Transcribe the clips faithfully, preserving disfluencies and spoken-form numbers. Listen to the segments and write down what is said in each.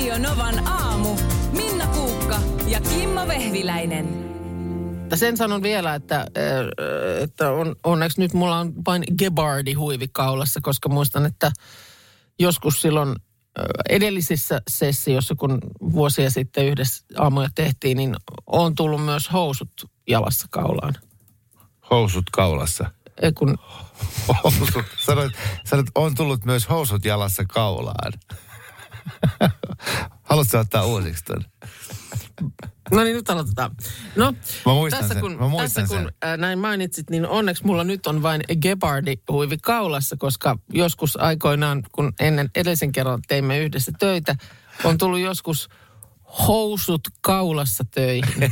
Radio Novan aamu. Minna Kuukka ja Kimmo Vehviläinen. Sen sanon vielä, että, että on, onneksi nyt mulla on vain Gebardi huivi kaulassa, koska muistan, että joskus silloin edellisissä sessioissa, kun vuosia sitten yhdessä aamuja tehtiin, niin on tullut myös housut jalassa kaulaan. Housut kaulassa? Ei kun... Housut. Sanoit, sanoit, on tullut myös housut jalassa kaulaan. Haluatko ottaa uusiksi ton? No niin, nyt aloitetaan. No, mä muistan tässä sen. kun, Mä muistan tässä sen. kun ää, näin mainitsit, niin onneksi mulla nyt on vain Gebardi-huivi kaulassa, koska joskus aikoinaan, kun ennen edellisen kerran teimme yhdessä töitä, on tullut joskus housut kaulassa töihin.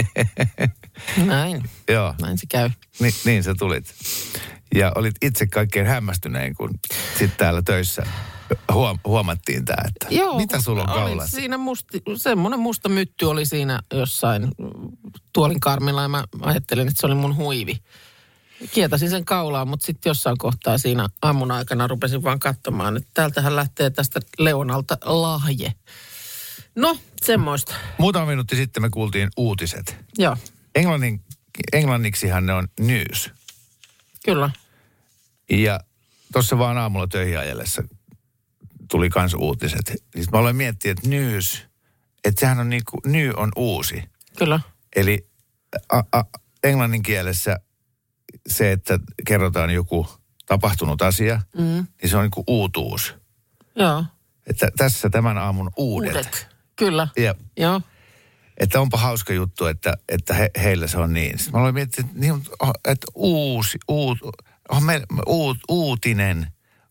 Näin. Joo. Näin se käy. Ni, niin sä tulit. Ja olit itse kaikkein hämmästynein, kun sitten täällä töissä huom- huomattiin tämä, että Joo, mitä sulla on kaulassa? Siinä musti, semmoinen musta mytty oli siinä jossain tuolin karmilla ja mä ajattelin, että se oli mun huivi. Kietasin sen kaulaan, mutta sitten jossain kohtaa siinä aamun aikana rupesin vaan katsomaan, että täältähän lähtee tästä Leonalta lahje. No, semmoista. Muutama minuutti sitten me kuultiin uutiset. Joo. Englannin, englanniksihan ne on news. Kyllä. Ja tuossa vaan aamulla töihin ajellessa tuli kans uutiset. Siis mä olen miettinyt, että news, että sehän on niinku, new on uusi. Kyllä. Eli a, a, englannin kielessä se, että kerrotaan joku tapahtunut asia, mm. niin se on niinku uutuus. Joo. Että tässä tämän aamun uudet. Uudet. Kyllä. Ja, Joo. että onpa hauska juttu, että, että he, heillä se on niin. Sitten mä olen miettinyt, että, niin, että uusi, uut, on me, uut, uutinen,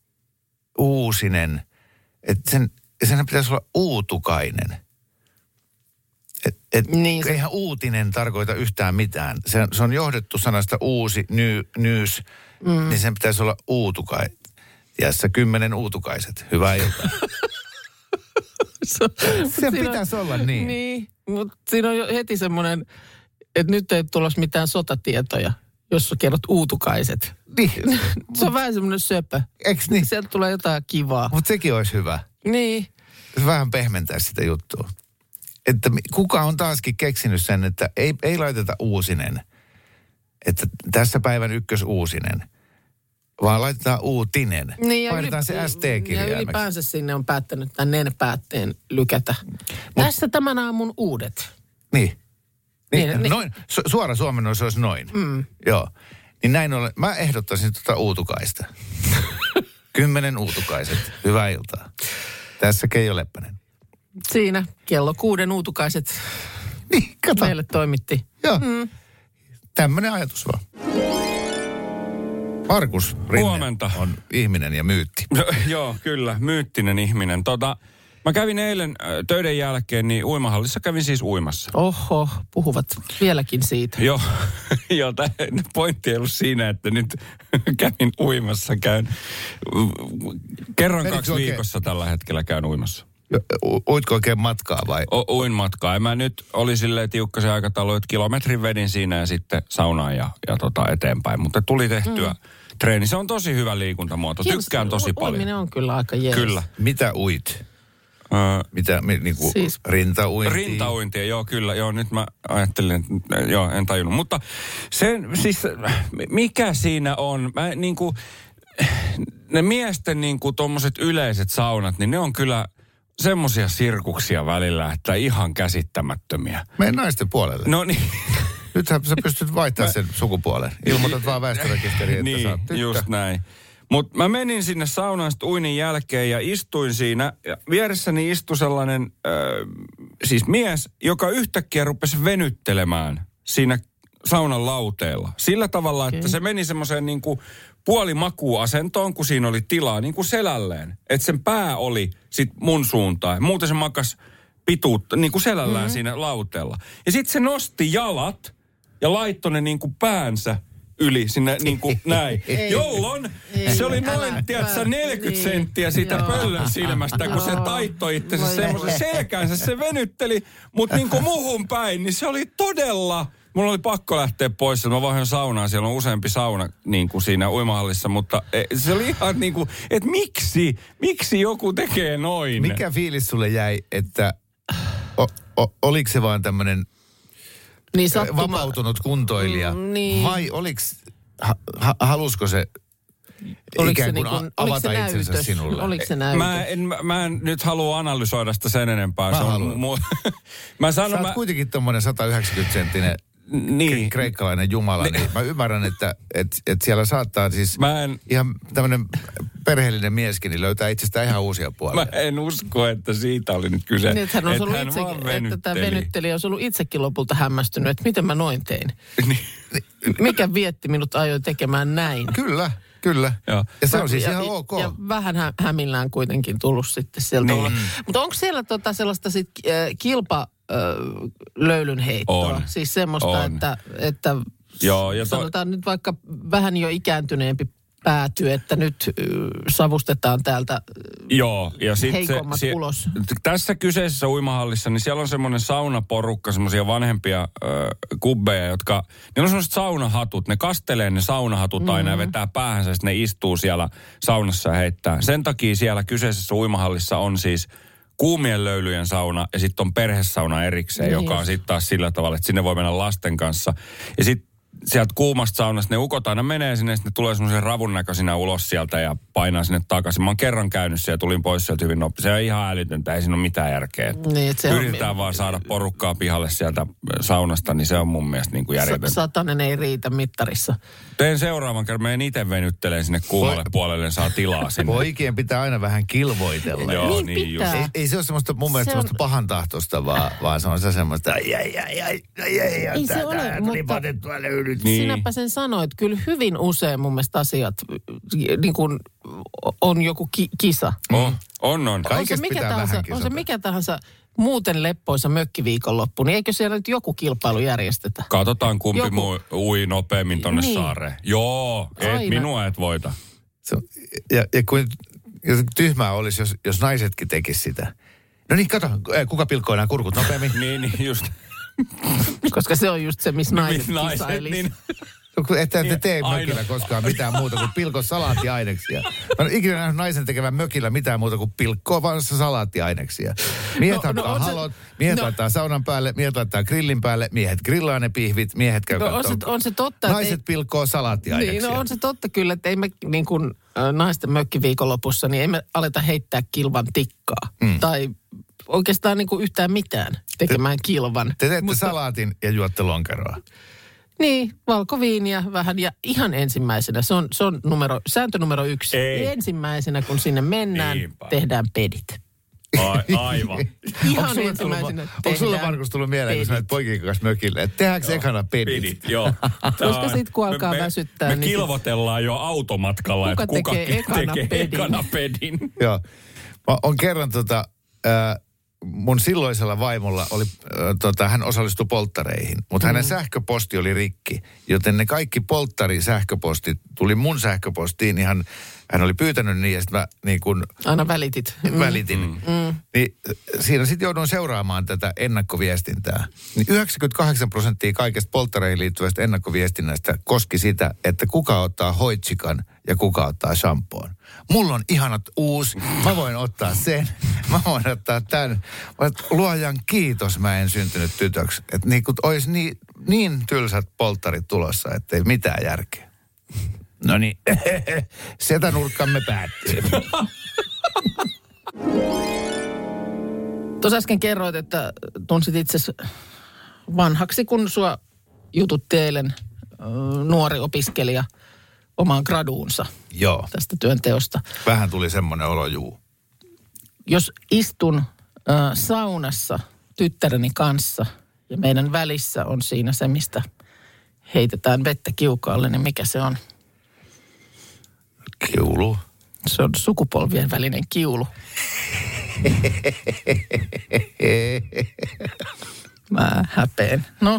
uusinen. Että sen, sen pitäisi olla uutukainen. Et, et, niin se... Eihän uutinen tarkoita yhtään mitään. Se, se on johdettu sanasta uusi, ny, nyys, mm. niin sen pitäisi olla uutukainen. Jässä kymmenen uutukaiset. Hyvää iltaa. se se pitäisi on, olla niin. Niin, mutta siinä on jo heti semmoinen, että nyt ei tulossa mitään sotatietoja, jos sä kerrot uutukaiset. Niin. Se on vähän semmoinen söpö. Eiks niin? Sieltä tulee jotain kivaa. Mutta sekin olisi hyvä. Niin. Vähän pehmentää sitä juttua. Että kuka on taaskin keksinyt sen, että ei, ei laiteta uusinen. Että tässä päivän ykkös uusinen. Vaan laitetaan uutinen. Niin, laitetaan yli, se S T-kirjaimeksi. Ja ylipäänsä sinne on päättänyt tämän nen-päätteen lykätä. Mut, tässä tämän aamun uudet. Niin. niin, niin, niin. Noin, su, suora suomennos olisi noin. Mm. Joo. Niin näin ollen, mä ehdottaisin tuota uutukaista. Kymmenen uutukaiset. Hyvää iltaa. Tässä Keijo Leppänen. Siinä kello kuuden uutukaiset niin, kato. meille toimitti. Joo. Mm. Tämmöinen ajatus vaan. Markus Rinne Huomenta. On ihminen ja myytti. Joo, kyllä. Myyttinen ihminen. Tota, mä kävin eilen äh, töiden jälkeen, niin uimahallissa kävin siis uimassa. Oho, puhuvat vieläkin siitä. Joo, joo tämä pointti ei ollut siinä, että nyt kävin uimassa. Käyn, kerran Menikö kaksi oikein? Viikossa tällä hetkellä käyn uimassa. U- uitko oikein matkaa vai? O, uin matkaa. Ja mä nyt oli silleen tiukka se aikataulu, että kilometrin vedin siinä ja sitten saunaan ja, ja tota eteenpäin. Mutta tuli tehtyä mm. treeni. Se on tosi hyvä liikuntamuoto. Kiitos. Tykkään tosi paljon. Uiminen on kyllä aika jees. Kyllä. Mitä uit? Öö, Mitä, niinku siis, rintauintia? Rintauintia, joo kyllä. Joo, nyt mä ajattelin, että joo, en tajunnut. Mutta se, siis mikä siinä on? Mä niinku, ne miesten niinku tommoset yleiset saunat, niin ne on kyllä semmosia sirkuksia välillä, että ihan käsittämättömiä. Mene naisten puolelle. No niin. Nythän sä pystyt vaihtamaan sen sukupuolen. Ilmoitat vaan väestörekisteriin, että niin, sä oot tyttö. just näin. Mutta mä menin sinne saunaan sit uinin jälkeen ja istuin siinä. Ja vieressäni istui sellainen äh, siis mies, joka yhtäkkiä rupesi venyttelemään siinä saunan lauteella. Sillä tavalla, okay. että se meni semmoiseen niinku puolimakuasentoon, kun siinä oli tilaa niin kuin selälleen. Että sen pää oli sit mun suuntaan. Muuten se makas pituutta, niin kuin selällään mm-hmm. siinä lauteella. Ja sitten se nosti jalat ja laittoi ne niin kuin päänsä yli sinne niin kuin näin. Ei, jolloin ei, se oli noin, tiedätkö, neljäkymmentä niin, senttiä siitä joo. pöllön silmästä, kun se taittoi itsensä semmoisen selkäänsä. Se venytteli, mutta niin kuin muhun päin, niin se oli todella mulla oli pakko lähteä pois. Mä vaihdoin saunaan. Siellä on useampi sauna niin kuin siinä uimahallissa. Mutta se oli ihan niin kuin, että miksi? Miksi joku tekee noin? Mikä fiilis sulle jäi, että o, o, oliko se vaan tämmöinen niin sattuma... vapautunut kuntoilija? Mm, niin. Vai oliko, ha, ha, halusko se oliko ikään se kuin niin kuin, avata se itsensä näytös? sinulle? Oliko se näytös? Mä en, mä en nyt halua analysoida sitä sen enempää. Mä se on haluan. mu- mä sanon, Sä oot mä... kuitenkin tommonen sata yhdeksänkymmentä senttinen Niin. kreikkalainen jumala, niin, niin mä ymmärrän, että et, et siellä saattaa siis Mä en... ihan tämmöinen perheellinen mieskin niin löytää itsestään ihan uusia puolia. Mä en usko, että siitä oli nyt kyse. Niin, että hän on että ollut hän itse, vaan että tämä venytteli. venyttelijä on ollut itsekin lopulta hämmästynyt, että miten mä noin tein. Niin. Mikä vietti minut ajoi tekemään näin. Kyllä, kyllä. Joo. Ja se on siis ja, ihan ja, ok. Ja vähän hä- hämillään kuitenkin tullut sitten sieltä. Niin. Niin. Mutta onko siellä tota sellaista sit, äh, kilpa äh, löylyn heittoa? On. Siis semmoista, On. että, että Joo, ja to- sanotaan nyt vaikka vähän jo ikääntyneempi pääty, että nyt äh, savustetaan täältä äh, Joo, ja sit heikommat se, ulos. Tässä kyseisessä uimahallissa, niin siellä on semmoinen saunaporukka, semmoisia vanhempia äh, kubbeja, jotka, ne on semmoiset saunahatut, ne kastelee ne saunahatut mm-hmm. aina ja vetää päähänsä, sitten ne istuu siellä saunassa ja heittää. Sen takia siellä kyseisessä uimahallissa on siis kuumien löylyjen sauna ja sitten on perhesauna erikseen, Niin joka on just. sitten taas sillä tavalla, että sinne voi mennä lasten kanssa. Ja sitten sieltä kuumasta saunasta ne ukot aina menee sinne, sitten ne tulee semmoisen ravun näköisinä ulos sieltä ja painaa sinne takaisin. Mä oon kerran käynyt siellä ja tulin pois sieltä hyvin nopeasti. Se on ihan älytöntä, ei siinä ole mitään järkeä. Niin, että se on- Yritetään vaan saada porukkaa pihalle sieltä saunasta, niin se on mun mielestä niin kuin järjetöntä. Satanen ei riitä mittarissa. Teen seuraavan kerran, menen itse venytteleen sinne kuumalle Voi- puolelle, saa tilaa sinne. Poikien pitää aina vähän kilvoitella. Joo, Niin niin just. pitää. Ei, ei se ole semmoista mun mielestä Se on- semmoista pahantahtoista, vaan, vaan se on se semmoista, ai ai ai ai ai ai ai, Ei se tää- ole, tää tuli mutta- patettua löylyt. Niin. Sinäpä sen sanoit. Kyllä hyvin usein mun mielestä asiat niin kuin on joku ki- kisa. On, on, on. On se, Kaikesta mikä pitää tahansa, vähän on se kisata. mikä tahansa muuten leppoisa mökkiviikonloppu, niin eikö siellä nyt joku kilpailu järjestetä? Katsotaan kumpi Joku- muu ui nopeammin tonne Niin. saareen. Joo, et Aina. minua et voita. Se on- Ja, ja kuin ja tyhmää olisi, jos, jos naisetkin tekis sitä. No niin, kato, eh, kuka pilkkoo nämä kurkut nopeammin? Niin, niin just. Koska se on just se, missä naiset, Naiset, kisailis. niin. No, kun ette te tee Aina. mökillä koskaan mitään muuta kuin pilkko salaattiaineksia. Mä en ole ikinä nähnyt naisen tekevän mökillä mitään muuta kuin pilkkoa vaan salaattiaineksia. Miehet No, no, no hakkaa on se- halot, miehet no- laittaa saunan päälle, miehet laittaa grillin päälle, miehet grillaa ne pihvit, miehet käy No on se, kattoo- on se totta, että Naiset ei, pilkkoo salaattiaineksia. niin, no on se totta kyllä, että ei me niin kuin äh, naisten mökkiviikonlopussa, niin ei me aleta heittää kilvan tikkaa. Mm. Tai oikeastaan niin kuin yhtään mitään tekemään kilvan. Te teette Mutta- salaatin ja juotte lonkeroa. Niin, valkoviiniä vähän ja ihan ensimmäisenä, se on, se on numero, sääntö numero yksi. Ei. Ensimmäisenä, kun sinne mennään, Niinpä. tehdään pedit. Ai, aivan. Ihan Onko sulle ensimmäisenä tullut, onko sulla tehdään Markus tullut mieleen, kun sä pedit. menet poikien kanssa mökille, että tehdäänkö ekana pedit? Pidit, joo. Koska sit kun alkaa me, väsyttää, Me niin sit- kilvotellaan jo automatkalla, Kuka että kuka tekee tekee, ekana tekee pedin? ekana pedin. Joo. Mä on kerran tota, äh, mun silloisella vaimolla oli, äh, tota, hän osallistui polttareihin, mutta mm. hänen sähköposti oli rikki, joten ne kaikki polttari-sähköpostit tuli mun sähköpostiin, ihan hän oli pyytänyt niin, ja sitten mä niin kun Aina välitit. Mm. välitin. Mm. Niin äh, siinä sitten jouduin seuraamaan tätä ennakkoviestintää. Niin yhdeksänkymmentäkahdeksan prosenttia kaikesta polttareihin liittyvästä ennakkoviestinnästä koski sitä, että kuka ottaa hoitsikan ja kuka ottaa shampoon. Mulla on ihanat uusi, mä voin ottaa sen, mä voin ottaa tämän. Mä oon, luojan kiitos, mä en syntynyt tytöksi. Että niin kuin olisi niin, niin tylsät polttarit tulossa, ettei mitään järkeä. No niin, setänurkkamme päättyy. Tuossa äsken kerroit, että tunsit itsesi vanhaksi, kun sua jututti eilen ö, nuori opiskelija omaan graduunsa Joo, tästä työnteosta. vähän tuli semmoinen olo, juu. Jos istun ö, saunassa tyttäreni kanssa ja meidän välissä on siinä se, mistä heitetään vettä kiukaalle, niin mikä se on? Kiulu. Se on sukupolvien välinen kiulu. Mä häpeen. No,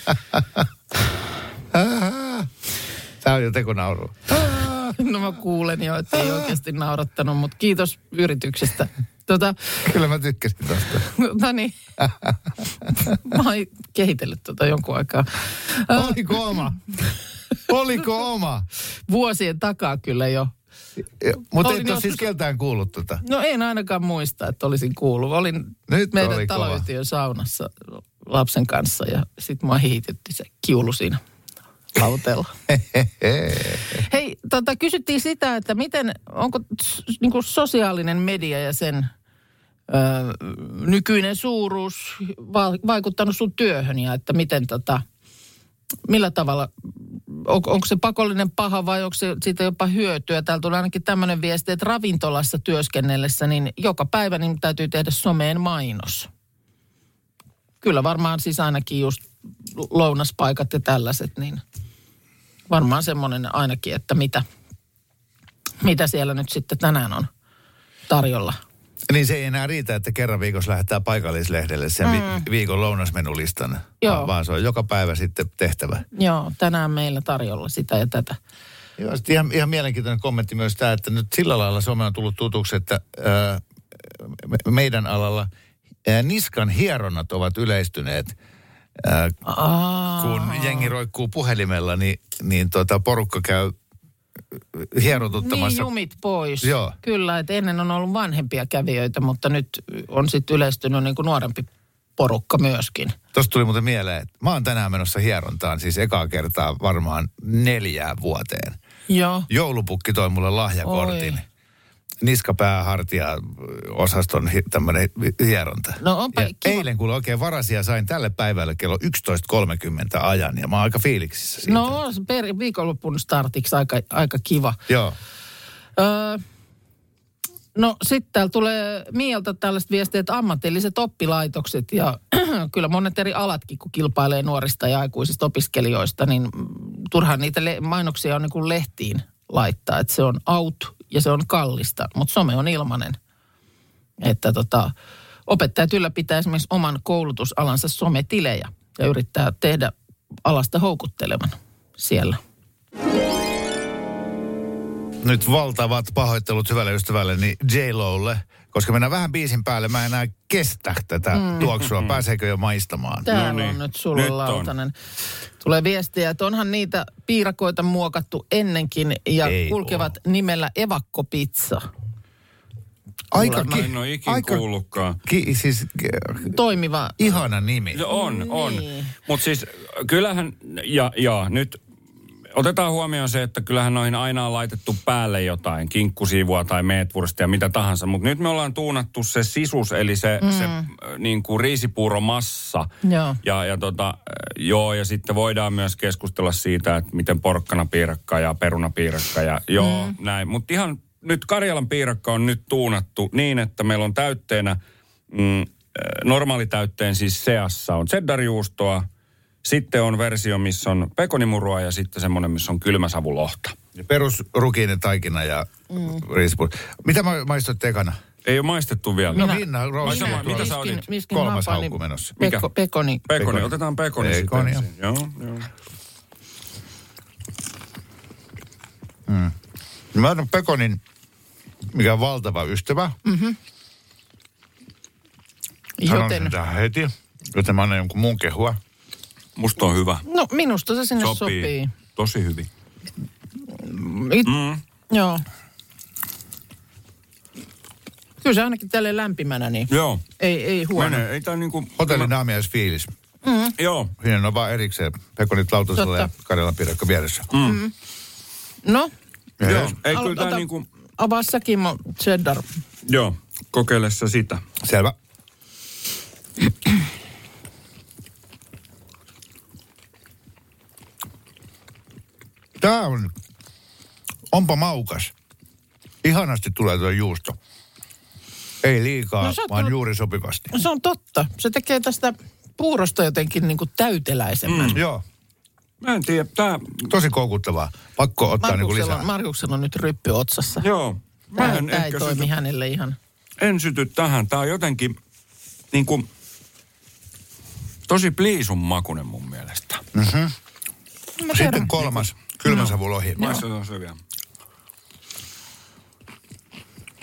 Tämä on jo tekonauru. no mä kuulen jo, että ei oikeasti naurattanut, mutta kiitos yrityksestä. Tota, Kyllä mä tykkäsin tosta. no niin. Mä oon kehitellyt tota jonkun aikaa. Oliko oma? Oliko oma? Vuosien takaa kyllä jo. Mutta Olin et ole joskus- siis keltään kuullut tota. No en ainakaan muista, että olisin kuullut. Olin Nyt meidän oli kova. taloyhtiön saunassa lapsen kanssa ja sit mua hihitytti se kiulu siinä lautella. Hei, tota, kysyttiin sitä, että miten, onko s- niinku sosiaalinen media ja sen ö, nykyinen suuruus va- vaikuttanut sun työhön ja että miten tota, millä tavalla, on, onko se pakollinen paha vai onko se siitä jopa hyötyä? Täällä tulee ainakin tämmöinen viesti, että ravintolassa työskennellessä, niin joka päivä niin täytyy tehdä someen mainos. Kyllä varmaan siis ainakin just lounaspaikat ja tällaiset, niin varmaan semmoinen ainakin, että mitä, mitä siellä nyt sitten tänään on tarjolla. Niin se ei enää riitä, että kerran viikossa lähettää paikallislehdelle sen mm. vi- viikon lounasmenulistan. Joo. Vaan, vaan se on joka päivä sitten tehtävä. Joo, tänään meillä tarjolla sitä ja tätä. Joo, sitten ihan, ihan mielenkiintoinen kommentti myös tämä, että nyt sillä lailla some on tullut tutuksi, että ää, me, meidän alalla ää, niskan hieronnat ovat yleistyneet. Ää, Aa. kun jengi roikkuu puhelimella, niin, niin tota porukka käy hierotuttamassa. Niin, jumit pois. Joo. Kyllä, että ennen on ollut vanhempia kävijöitä, mutta nyt on sitten yleistynyt niin kuin nuorempi porukka myöskin. Tuosta tuli muuten mieleen, että mä oon tänään menossa hierontaan, siis ekaa kertaa varmaan neljään vuoteen. Joo. Joulupukki toi mulle lahjakortin. Oi. Niskapää-hartia-osaston hi- tämmöinen hieronta. No onpa Ja kiva. eilen kun oikein varasia sain tälle päivälle kello yksitoista kolmekymmentä ajan ja mä oon aika fiiliksissä siitä. No per, viikonlopun startiksi aika, aika kiva. Joo. Öö, no sitten täällä tulee Mialta tällaiset viestiä, että ammatilliset oppilaitokset ja kyllä monet eri alatkin, kun kilpailee nuorista ja aikuisista opiskelijoista, niin mm, turhaan niitä le- mainoksia on niin kuin lehtiin laittaa, että se on out ja se on kallista, mutta some on ilmainen. Että tota, opettajat ylläpitää esimerkiksi oman koulutusalansa sometilejä ja yrittää tehdä alasta houkuttelevan siellä. Nyt valtavat pahoittelut hyvälle ystävälleni J-Lolle, koska mennään vähän biisin päälle. Mä en enää kestä tätä mm. tuoksua. Pääseekö jo maistamaan? Täällä No niin, on nyt sulla nyt on. lautanen. Tulee viestiä, että onhan niitä piirakoita muokattu ennenkin ja Ei kulkevat nimellä evakkopizza. Aika, Mä en ole ikin aika kuullutkaan. ki, siis, Toimiva. ihana nimi. Se on, on. Niin. Mutta siis kyllähän, ja, ja nyt otetaan huomioon se, että kyllähän noihin aina on laitettu päälle jotain, kinkkusiivua tai meetwurstia, mitä tahansa. Mutta nyt me ollaan tuunattu se sisus, eli se, mm. se äh, niin kuin riisipuuromassa. Joo. Ja, ja tota, äh, joo, ja sitten voidaan myös keskustella siitä, että miten porkkanapiirakka ja perunapiirakka ja joo, mm. näin. Mutta ihan nyt Karjalan piirakka on nyt tuunattu niin, että meillä on täytteenä, mm, normaalitäytteen siis seassa on cheddarjuustoa, sitten on versio, missä on pekonimurua ja sitten semmoinen, missä on kylmäsavulohta. Perus rukiinen taikina ja mm. riisipuuro. Mitä mä maistoit ekana? Ei ole maistettu vielä. No Minä- Minna, Roosi. Mitä- on mitä tuossa. sä olit? miskin Kolmas hampaani- haukku menossa. Mikä? Pekko, pekoni. Pekoni, Pekoni. otetaan pekoni Pekonia. sitten. Joo, joo. Mm. Mä otan pekonin, mikä on valtava ystävä. Mm-hmm. Sanon Joten, sen tähän heti, joten mä annan jonkun muun kehua. Musta on hyvä. no minusta se sinne sopii. Sopii. Tosi hyvin. It, Mm. Joo. Kyllä se ainakin tälleen lämpimänä, niin Joo. ei, ei huono. Menee. Ei tää niinku... Hotellin naamiaisfiilis. Mm. Joo. Siinä on vaan erikseen pekonit lautasella ja Totta. Karjalan piirakka vieressä. Mm. No, Ja Joo. yes. Ei Al- kyllä tää ota- niinku... avaa säkin mun cheddar. Joo. Kokeile sä sitä. Selvä. Tää on, onpa maukas. Ihanasti tulee tuo juusto. Ei liikaa, No sä oot vaan ollut- juuri sopivasti. Se on totta. Se tekee tästä puurosta jotenkin niin kuin täyteläisemmän. Mm. Joo, Mä en tiedä. Tää... tosi koukuttavaa. Pakko ottaa niinku Markuksella, lisää. on, Markuksella on nyt ryppy otsassa. Joo. Mä Tämä, en tämä ei ehkä toimi syty, hänelle ihan. en syty tähän. Tää on jotenkin niinku... Tosi pliisun makunen mun mielestä. Mm-hmm. Mä Sitten tiedän. kolmas, kylmäsavulohi. Maistetaan se vielä.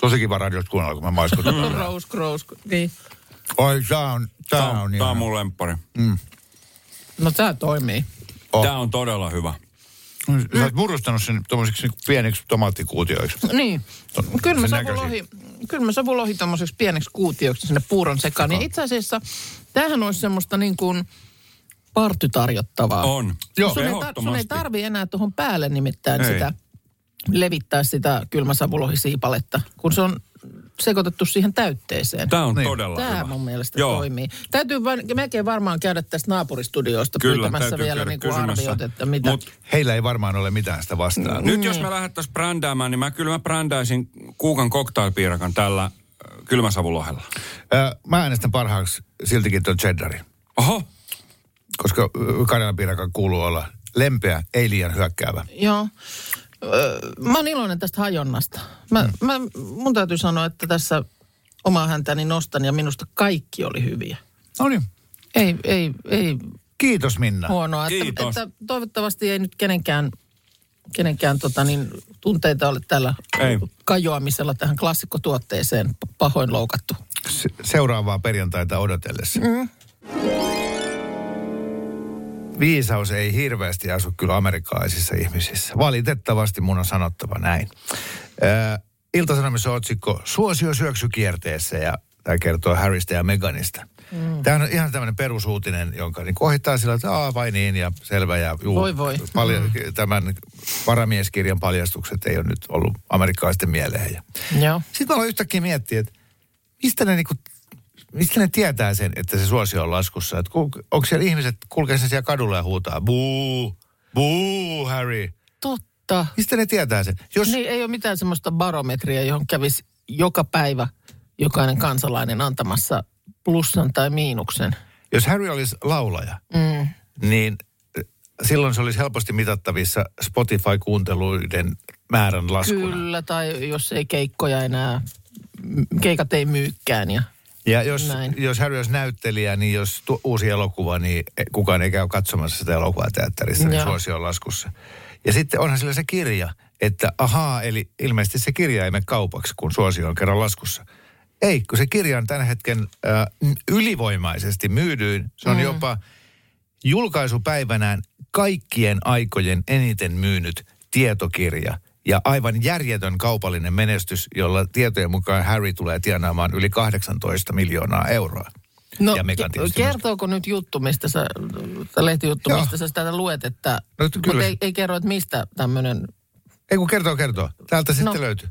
Tosi kiva radiosta kuunnella, kun mä maiskutan. Rose, rose, niin. Oi, tää on, tää, Tää on, on, tää on mun lemppari. Mm. No tää toimii. Oh. Tää on todella hyvä. Sä oot murustanut sen tommosiksi niin pieniksi tomaattikuutioiksi. Niin. Kylmä Sen savulohi, kylmä savulohi tommoseksi pieneksi kuutioiksi sinne puuron sekaan. Ja itse asiassa tämähän olisi semmoista niin kuin partytarjottavaa. On. Joo. Sun ei, tar- sun ei tarvi enää tuohon päälle nimittäin ei. sitä levittää sitä kylmäsavulohisiipaletta, kun se on sekoitettu siihen täytteeseen. Tää on niin. todella Tämä hyvä. mun mielestä Joo. toimii. Täytyy vain, melkein varmaan käydä tästä naapuristudiosta Kyllä, pyytämässä täytyy vielä käydä niin kuin kysymässä. arviot, että mitä. Mut Heillä ei varmaan ole mitään sitä vastaan. nyt jos me lähdettäisiin brändäämään, niin mä kyllä mä brändäisin Kuukan cocktailpiirakan tällä äh, kylmäsavulohella. Ö, mä äänestän parhaaksi siltikin tuon cheddarin. Oho. Koska karjalanpiirakan kuuluu olla lempeä, ei liian hyökkäävä. Joo. Öö, mä oon iloinen tästä hajonnasta. Mä, mm. mä, mun täytyy sanoa, että tässä omaa häntäni nostan ja minusta kaikki oli hyviä. No niin. Ei, ei, ei Kiitos Minna. huonoa. Kiitos. Että, että toivottavasti ei nyt kenenkään, kenenkään tota niin, tunteita ole tällä Ei. kajoamisella tähän klassikkotuotteeseen pahoin loukattu. Se- seuraavaa perjantaita odotellessa. Mm. Viisaus ei hirveästi asu kyllä amerikkalaisissa ihmisissä. Valitettavasti mun on sanottava näin. Äh, Ilta-Sanomissa otsikko Suosio syöksykierteessä ja tämä kertoo Harrystä ja Meghanista. Mm. Tämä on ihan tämmöinen perusuutinen, jonka niin ohittaa sillä, että aah vai niin ja selvä ja juu, Voi voi. Palja, mm. Tämän varamieskirjan paljastukset ei ole nyt ollut amerikkalaisten mieleen. Ja Joo. sitten mä aloin yhtäkkiä miettiä, että mistä ne, niinku, mistä ne tietää sen, että se suosio on laskussa. Että ku, onko siellä ihmiset, kulkee sen siellä kadulla ja huutaa, buu, buu, Harry. Totta. Mistä ne tietää sen? Jos, Niin ei ole mitään semmoista barometria, johon kävisi joka päivä jokainen kansalainen antamassa plussan tai miinuksen. jos Harry olisi laulaja, Mm. niin silloin se olisi helposti mitattavissa Spotify-kuunteluiden määrän laskuna. Kyllä, tai jos ei keikkoja enää, keikat ei myykään ja Ja jos, Näin. jos Harry olisi näyttelijä, niin jos tu- uusi elokuva, niin kukaan ei käy katsomassa sitä elokuvaa teatterissa, niin Joo. suosio on laskussa. Ja sitten onhan sillä se kirja, että ahaa, eli ilmeisesti se kirja ei mene kaupaksi, kun suosio on kerran laskussa. Ei, kun se kirja on tämän hetken äh, ylivoimaisesti myydyin. Se on mm. jopa julkaisupäivänään kaikkien aikojen eniten myynyt tietokirja. Ja aivan järjetön kaupallinen menestys, jolla tietojen mukaan Harry tulee tienaamaan yli kahdeksantoista miljoonaa euroa. No, Ja Meghan tietysti kertooko nyt juttu, mistä sä, tai lehtijuttu, Joo. mistä sä sitä luet, että, No, mutta kyllä. ei, ei kerro, että mistä tämmöinen, Ei kun kertoo, kertoo. Täältä no. sitten löytyy.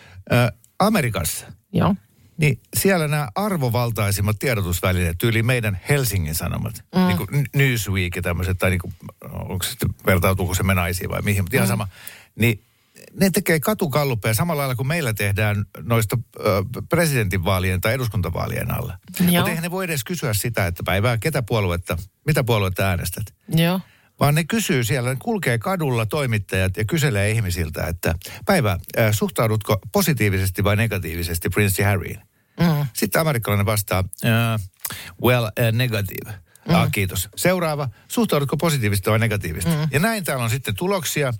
Ö, Amerikassa, joo. niin siellä nämä arvovaltaisimmat tiedotusvälineet, tyyli meidän Helsingin Sanomat, mm. niin kuin Newsweek ja tämmöiset, tai niin kuin, onko se sitten, vertautuuko se me naisiin vai mihin, mutta ihan mm. sama. Niin ne tekee katukalluppeja samalla lailla kuin meillä tehdään noista ö, presidentinvaalien tai eduskuntavaalien alla. Joo. Mutta eihän ne voi edes kysyä sitä, että päivää, ketä puoluetta, mitä puoluetta äänestät. Joo. Vaan ne kysyy siellä, ne kulkee kadulla toimittajat ja kyselee ihmisiltä, että päivä, äh, suhtaudutko positiivisesti vai negatiivisesti prinssi Harryin? Mm. Sitten amerikkalainen vastaa, uh, well, uh, negative. Mm. Ah, kiitos. Seuraava, suhtaudutko positiivisesti vai negatiivisesti? Mm. Ja näin täällä on sitten tuloksia.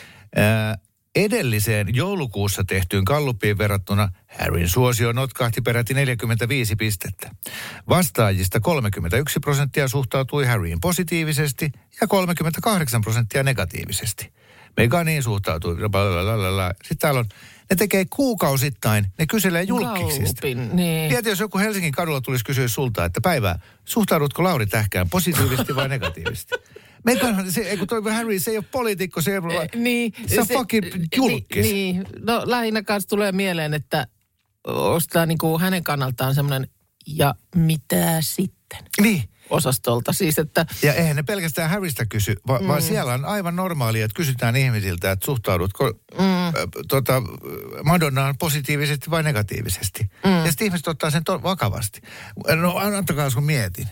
Uh, edelliseen joulukuussa tehtyyn gallupiin verrattuna Harryn suosio notkahti peräti neljäkymmentäviisi pistettä. Vastaajista kolmekymmentäyksi prosenttia suhtautui Harryin positiivisesti ja kolmekymmentäkahdeksan prosenttia negatiivisesti. Meghaniin suhtautui. Sitten täällä on, ne tekee kuukausittain, ne kyselee julkisista. Gallupin, niin. Tiedätkö, jos joku Helsingin kadulla tulisi kysyä sulta, että päivää, suhtaudutko Lauri Tähkään positiivisesti vai negatiivisesti? Meghan, se, kun toi Harry, se ei ole poliitikko, se ei ole, Eh, niin, se on fucking julkis. Niin, niin, no lähinnä kanssa tulee mieleen, että ostaa niin kuin hänen kannaltaan semmoinen, ja mitä sitten? Niin. Osastolta. Siis, että Ja eihän ne pelkästään Harrystä kysy, va- mm. vaan siellä on aivan normaalia, että kysytään ihmisiltä, että suhtaudutko mm. äh, tota, Madonnaan positiivisesti vai negatiivisesti. Mm. Ja sitten ihmiset ottaa sen to- vakavasti. No antakaa, kun mietin.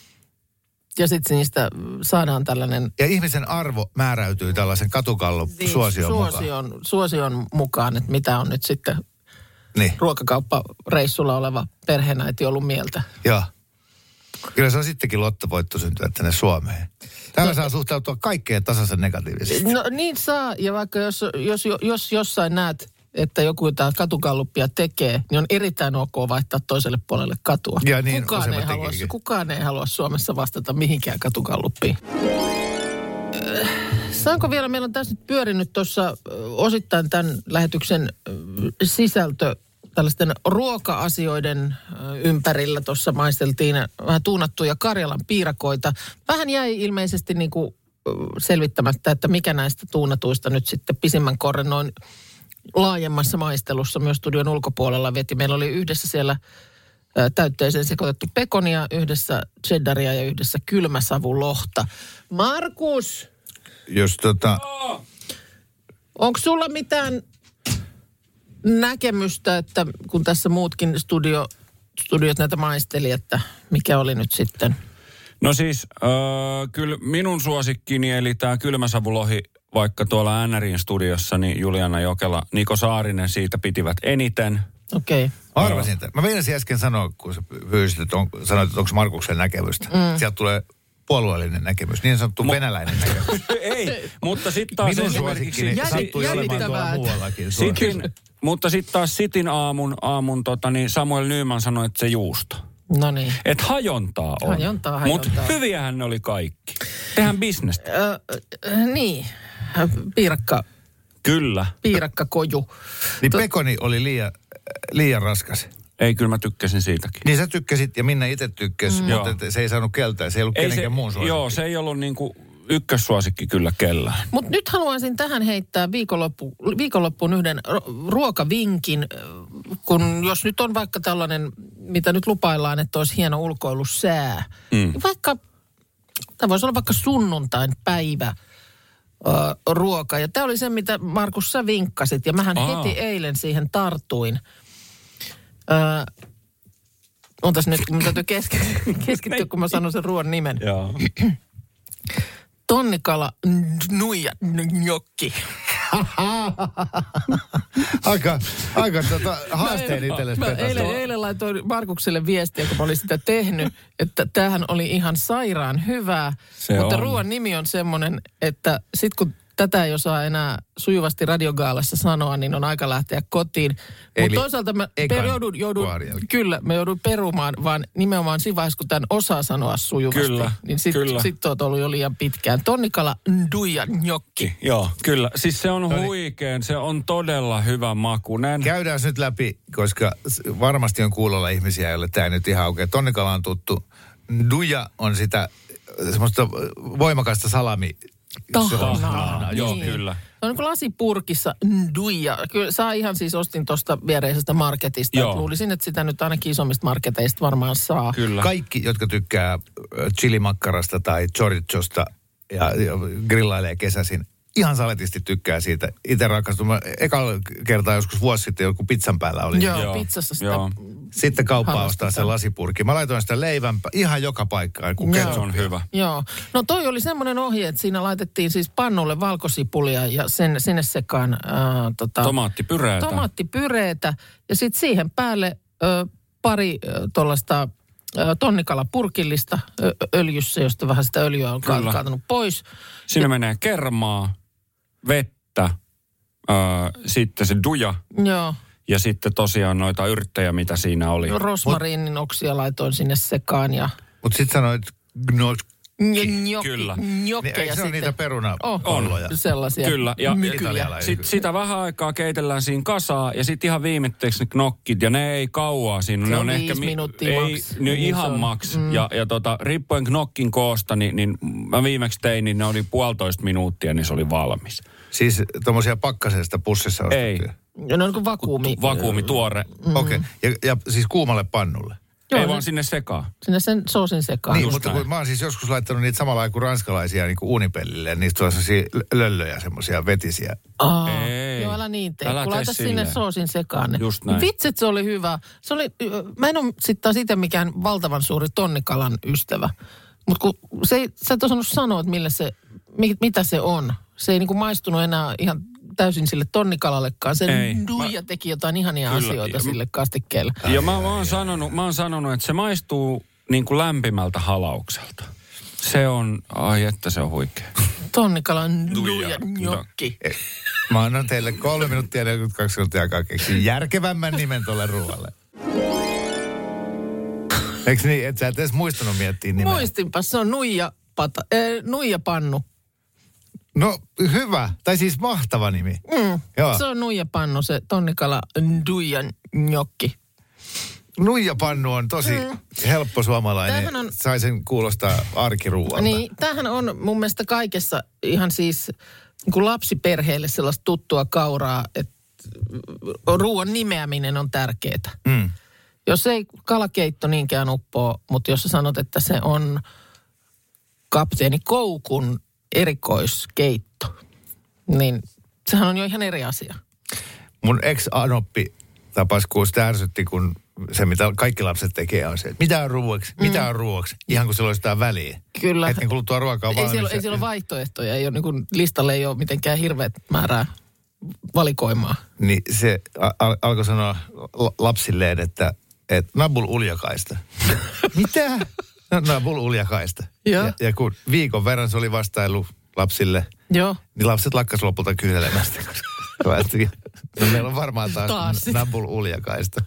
ja sitten niistä saadaan tällainen Ja ihmisen arvo määräytyy tällaisen katukallon niin, suosion mukaan. suosion, suosion mukaan, että mitä on nyt sitten Niin, ruokakauppareissulla oleva perheenäiti ollut mieltä. joo. Kyllä se on sittenkin lottovoitto syntyä tänne Suomeen. Täällä no, saa suhtautua kaikkeen tasaisen negatiivisesti. No niin saa, ja vaikka jos, jos, jos jossain näet että joku jotain katukalluppia tekee, niin on erittäin ok vaihtaa toiselle puolelle katua. Ja niin kukaan, ei halua, kukaan ei halua Suomessa vastata mihinkään katukalluppiin. Saanko vielä, meillä on tässä nyt pyörinyt tuossa osittain tämän lähetyksen sisältö tällaisten ruoka-asioiden ympärillä. Tuossa maisteltiin vähän tuunattuja Karjalan piirakoita. Vähän jäi ilmeisesti niin kuin selvittämättä, että mikä näistä tuunatuista nyt sitten pisimmän korren noin laajemmassa maistelussa myös studion ulkopuolella veti. Meillä oli yhdessä siellä täytteeseen sekoitettu pekonia, yhdessä cheddaria ja yhdessä kylmäsavulohta. Markus! Jos tota... Onko sulla mitään näkemystä, että kun tässä muutkin studio, studiot näitä maisteli, että mikä oli nyt sitten? No siis, äh, kyllä minun suosikkini, eli tämä kylmäsavulohi, vaikka tuolla N R:n studiossa, niin Juliana Jokela, Niko Saarinen siitä pitivät eniten. Okei. Okay. Arvasin, että mä meinasin äsken sanoa, kun sä pyysit, että on, sanoit, että onko Markuksen näkemystä. Mm. Sieltä tulee puolueellinen näkemys, niin sanottu Mo- venäläinen näkemys. Ei, mutta sitten taas minun esimerkiksi... Minun sattui olemaan tuolla muuallakin. Sitin, mutta sitten taas Sitin aamun, aamun tota, niin Samuel Nyman sanoi, että se juusto. No niin. Että hajontaa on. Hajontaa, hajontaa. Mutta hyviähän ne oli kaikki. Tehdään bisnestä. Äh, niin, piirakka. Kyllä. Piirakkakoju. Niin to- pekoni oli liian, liian raskas. Ei, kyllä mä tykkäsin siitäkin. Niin sä tykkäsit ja Minna itse tykkäsi, mm. mutta se ei saanut keltää. Se ei ollut ei kenenkään se, muun suosikki. Joo, se ei ollut niinku ykkössuosikki kyllä kellään. Mutta nyt haluaisin tähän heittää viikonloppu, viikonloppuun yhden ruokavinkin, kun jos nyt on vaikka tällainen, mitä nyt lupaillaan, että olisi hieno ulkoilusää. Mm. Vaikka, tämä voisi olla vaikka sunnuntain päivä. Uh, ruoka. Ja tämä oli se, mitä Markus sä vinkkasit. Ja mähän Aa. heti eilen siihen tartuin. Uh, ontas nyt, kun mä täytyy keskittyä, keskittyä kun mä sanon sen ruoan nimen. Joo. Tonnikala nuija njokki. aika aika tota, haasteen itsellesi petästä. Eilen, eilen laitoin Markukselle viestiä, kun mä olin sitä tehnyt, että tämähän oli ihan sairaan hyvää. Se mutta on. Ruoan nimi on semmoinen, että sit kun tätä ei osaa enää sujuvasti radiogaalassa sanoa, niin on aika lähteä kotiin. Mutta toisaalta mä per, joudun, joudun, kyllä, mä joudun perumaan, vaan nimenomaan siinä vaiheessa, kun tämän osaa sanoa sujuvasti. Kyllä, niin sit, kyllä. sit oot ollut jo liian pitkään. Tonnikala nduja njokki. Joo, kyllä. Siis se on huikeen, se on todella hyvä makunen. Käydään nyt läpi, koska varmasti on kuulolla ihmisiä, joille tämä nyt ihan aukeaa. Tonnikala on tuttu. Nduja on sitä semmoista voimakasta salami. Tahnaa. Joo, niin. Kyllä. Se on niin kuin lasipurkissa nduja. Kyllä saa ihan siis ostin tuosta viereisestä marketista. Että luulisin, että sitä nyt ainakin isommista marketeista varmaan saa. Kyllä. Kaikki, jotka tykkää chilimakkarasta tai chorizosta ja, ja grillailee kesäisin, ihan saletisti tykkää siitä. Itse rakastun. Mä ekalla kertaa joskus vuosi sitten joku pizzan päällä oli. Joo, Joo. pizzassa sitä. Joo. Sitten kauppaa ostaa sen lasipurki. Mä laitoin sitä leivän ihan joka paikkaan. Kun se on hyvä. Joo. No toi oli semmoinen ohje, että siinä laitettiin siis pannulle valkosipulia ja sen, sinne sekaan äh, tota, tomaattipyreetä. Tomaattipyreetä. Ja sitten siihen päälle äh, pari äh, tuollaista äh, tonnikalapurkillista ö, öljyssä, josta vähän sitä öljyä on Kyllä. kaatanut pois. Siinä ja, menee kermaa, vettä, äh, sitten se duja. Joo. Ja sitten tosiaan noita yrttejä, mitä siinä oli. Rosmariinin oksia laitoin sinne sekaan ja... Mutta sitten sanoit gnocchi. Njokki, Kyllä. Njokkeja niin, se on sitten. niitä perunapalloja. Oh, sellaisia. Kyllä. Ja sit, sitä vähän aikaa keitellään siinä kasaa ja sitten ihan viimitteeksi ne knokkit ja ne ei kauaa siinä. Se ne on, on viisi ehkä minuuttia ei, maks. Ne niin ihan on. maks. Mm. Ja, ja tota, riippuen knokkin koosta, niin, niin mä viimeksi tein, niin ne oli puolitoista minuuttia, niin se oli valmis. Siis tommosia pakkasesta pussissa ostettuja? Ei. Ja ne on niin kuin vakuumi. Vakuumi tuore. Mm. Okei. Okay. Ja, ja siis kuumalle pannulle? Joo, ei vaan sinne sekaan. Sinne sen soosin sekaan. Niin, mutta kun mä oon siis joskus laittanut niitä samalla lailla kuin ranskalaisia niin kuin uunipellille, niistä on sellaisia löllöjä, semmoisia vetisiä. Aa, ei. Joo, älä niin tee. Älä kun laita sinne soosin sekaan. Just näin. Vitsit, se oli hyvä. Se oli, mä en ole sitten taas itse mikään valtavan suuri tonnikalan ystävä. Mutta kun se ei, sä et osannut sanoa, että millä se, mitä se on. Se ei niin kuin maistunut enää ihan täysin sille tonnikalallekaan. Se duija teki jotain ihania Kyllä. asioita sille kastikkeelle. Ja mä, mä, oon sanonut, mä oon sanonut, että se maistuu niin kuin lämpimältä halaukselta. Se on, ai että se on huikea. Tonnikalan nuija njokki. Mä annan teille kolme minuuttia ja neljäkymmentäkaksi sekuntia aikaa keksiä järkevämmän nimen tuolle ruoalle. Eikö niin, et sä et edes muistanut miettiä nimeä? Muistinpas, se on nuija, pata, äh, nuija pannu. No hyvä, tai siis mahtava nimi. Mm, Joo. Se on nuija pannu, se Tonnikala nuija njokki. Nuijapannu on tosi mm. helppo suomalainen. On, sai sen kuulostaa arkiruualta. Niin, tämähän on mun mielestä kaikessa ihan siis niin kuin lapsiperheelle sellaista tuttua kauraa, että ruoan nimeäminen on tärkeää. Mm. Jos ei kalakeitto niinkään uppoo, mutta jos sä sanot, että se on kapteeni Koukun erikoiskeitto, niin sehän on jo ihan eri asia. Mun ex-anoppi tapas, kun sitä ärsytti, kun se, mitä kaikki lapset tekee, on se, että mitä on ruoaksi, mm. mitä on ruoaksi, ihan kun sillä olisi jotain väliä. Kyllä. Hetken kuluttua ruokaa ei siellä, ei siellä ole vaihtoehtoja, ei ole, niin kuin, listalle ei ole mitenkään hirveät määrää valikoimaa. Niin se al- alkoi sanoa lapsilleen, että, että Nabul uljakaista. Mitä? No, Nabul uljakaista. Ja, ja kun viikon verran se oli vastailu lapsille, Joo. niin lapset lakkas lopulta kyselemästä. No, meillä on varmaan taas, taas Nabul uljakaista.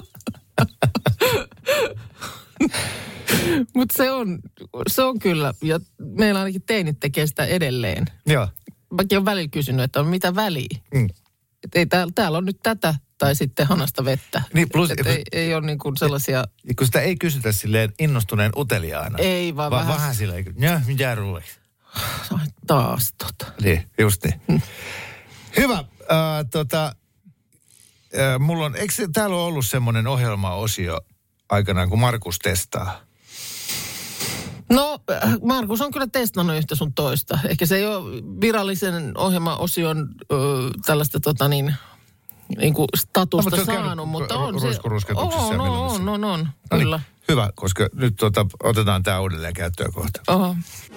Mutta se on, se on kyllä, ja meillä ainakin teinit tekee sitä edelleen. Joo. Mäkin olen välillä kysynyt, että on mitä väliä. Mm. Että ei täällä, täällä on nyt tätä tai sitten hanasta vettä. Niin plus, et ei, ei ole niin kuin sellaisia... Kun sitä ei kysytä silleen innostuneen uteliaana. Ei vaan, vaan vähän... vähän silleen, joo, mitä ruoaksi? Taas tota. Niin, just niin. Hmm. Hyvä. Äh, tota, äh, mulla on, eikö täällä ole ollut semmoinen ohjelma-osio aikanaan, kun Markus testaa? No, Markus on kyllä testannut yhtä sun toista. Ehkä se ei ole virallisen ohjelma-osion ö, tällaista tota niin, niin kuin statusta no, saanut, mutta on se... Ruiskurusketuksessa. On, on, on, on, no kyllä. Niin, hyvä, koska nyt tota, otetaan tämä uudelleen käyttöön kohta. Oho.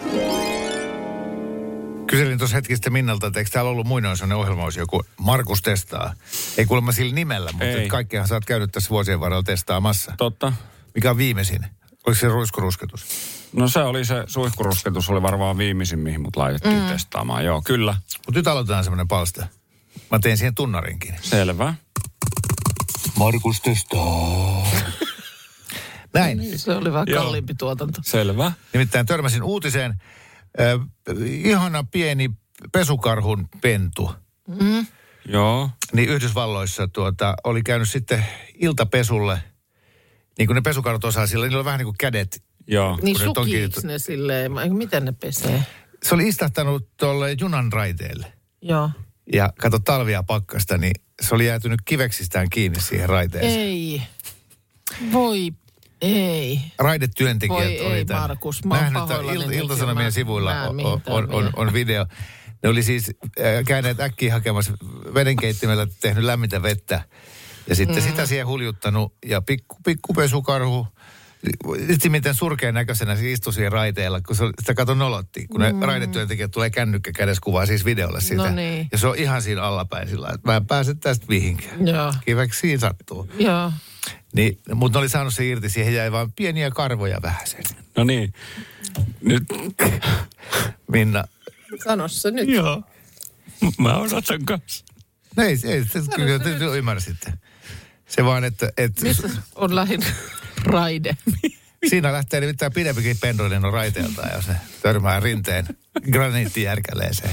Kyselin tuossa hetki sitten Minnalta, että eikö täällä ollut muinoin sellainen ohjelmaosio, kun Markus testaa. Ei kuulemma sillä nimellä, mutta kaikkihan sä oot käynyt tässä vuosien varrella testaamassa. Totta. Mikä on viimeisin? Oliko se ruiskurusketus? No se oli se suihkurusketus, oli varmaan viimeisin, mihin mut laitettiin mm. testaamaan. Joo, kyllä. Mutta nyt aloitetaan semmoinen palsta. Mä tein siihen tunnarinkin. Selvä. Markus testaa. Näin. Niin, se oli vähän kalliimpi tuotanto. Selvä. Nimittäin törmäsin uutiseen. Äh, ihana pieni pesukarhun pentu. Mm. Joo. Niin Yhdysvalloissa tuota, oli käynyt sitten iltapesulle. Niin kuin ne pesukarhut osaa sillä, niillä on vähän niin kuin kädet. Joo. Niin sukiiks ne silleen, miten ne pesee? Se oli istahtanut tuolle junan raiteelle. Joo. Ja kato talvia pakkasta, niin se oli jäätynyt kiveksistään kiinni siihen raiteeseen. Ei. Voi, ei. Raidetyöntekijät Voi oli ei, tämän. Markus. Mä oon pahoillani. Il- Ilta-Sanomien sivuilla on, on, on, on video. Ne oli siis äh, käyneet äkkiä hakemassa vedenkeittimellä, tehnyt lämmintä vettä. Ja sitten mm. sitä siihen huljuttanut ja pikku, pikku pesukarhu. Itse miten surkean näköisenä se istui siihen raiteella, kun se, sitä kato nolotti. Kun ne mm. raidetyöntekijät tulee kännykkä kädessä kuvaa siis videolle sitä. No niin. Ja se on ihan siinä allapäin sillä että mä en pääse tästä mihinkään. Joo. Kiveksiin sattuu. Joo. Niin, mutta ne oli saanut se irti, siihen jäi vaan pieniä karvoja vähäsen. No niin. Nyt. Minna. Sano se nyt. Joo. Mä odotan kanssa. No ei, ei se, kyllä te ymmärsitte. Se vaan, että... että missä on lähin raide? Siinä lähtee nimittäin pidempikin pendolino raiteelta, ja se törmää rinteen graniittijärkäleeseen.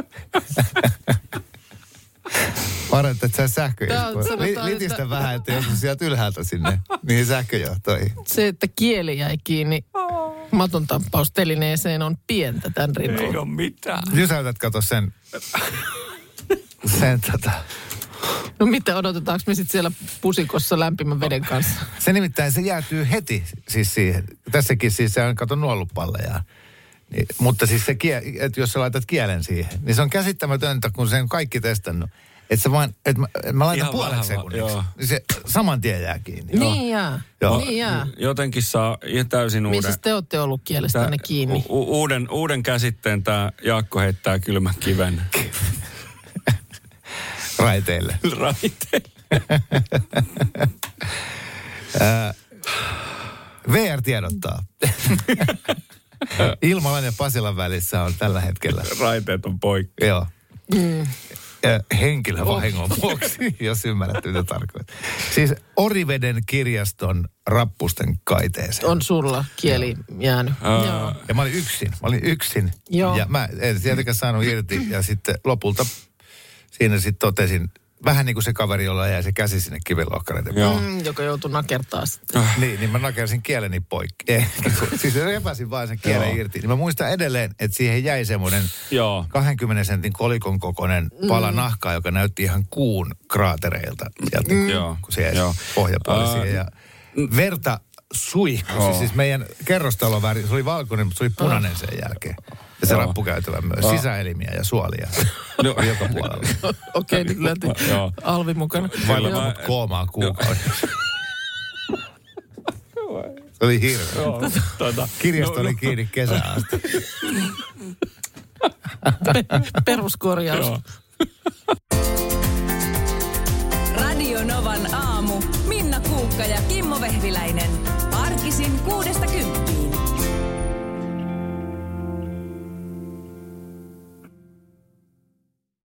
Parempi, että sä sähköjohtoon. Litistä että... vähän, että jos sieltä ylhäältä sinne niihin sähköjohtoihin. Se, että kieli jäi kiinni maton tamppaustelineeseen on pientä tämän rinnalla. Ei ole mitään. Jysäytät, kato sen... sen tota... No mitä, odotetaanko me sitten siellä pusikossa lämpimän veden kanssa? Se nimittäin, se jäätyy heti siis siihen. Tässäkin siis se on, kato, nuollupalleja. Niin, mutta siis se, kie, että jos sä laitat kielen siihen, niin se on käsittämätöntä, kun se on kaikki testannut. Että se vaan, että mä, mä laitan ihan puolen sekunniksi. Niin se saman tien jää kiinni. Niin jää. Joo. Niin jää. Jotenkin saa täysin uuden... Missä te olette ollut kielestänne kiinni? U- uuden, uuden käsitteen tämä Jaakko heittää kylmän kiven. Raiteille. Raiteille. V R tiedottaa. Ilmalan ja Pasilan välissä on tällä hetkellä. Raiteet on poikki. Joo. Mm. Henkilövahingon vuoksi, jos ymmärrätte mitä tarkoittaa. Siis Oriveden kirjaston rappusten kaiteeseen. On sulla kieli jäänyt. Aa. Joo. Ja mä olin yksin, mä olin yksin. Joo. Ja mä en tietenkään saanut irti. Ja sitten lopulta siinä sitten totesin, vähän niin kuin se kaveri, jolla jäi se käsi sinne kivenlohkareiden. Joo. Mm, joka joutuu nakertaa sitten. Niin, niin mä nakersin kieleni poikki. Eh, siis repäsin vaan sen kielen Joo. irti. Niin mä muistan edelleen, että siihen jäi semmoinen Joo. kaksikymmentä sentin kolikon kokoinen pala mm. nahkaa, joka näytti ihan kuun kraatereilta. Sieltä, mm. Joo. kun se jäi Joo. pohjapuoli Uh, siihen. Ja verta suihkusi. Joo. Siis meidän kerrostalon väri, se oli valkoinen, mutta se oli punainen sen jälkeen. Ja se Joo. rappukäytävä myös. Sisäelimiä ja suolia. No. Oli joka puolella. Okei, okay, nyt lähti Joo. Alvi mukana. Vailla Kyllä mä- mut koomaan kuukauden. Se oli hirveä. Joo, tuota, Kirjasto no, oli no. kiinni kesään asti. Peruskorjaus. Joo. Radio Novan aamu. Minna Kuukka ja Kimmo Vehviläinen. Arkisin kuudesta kymppiin.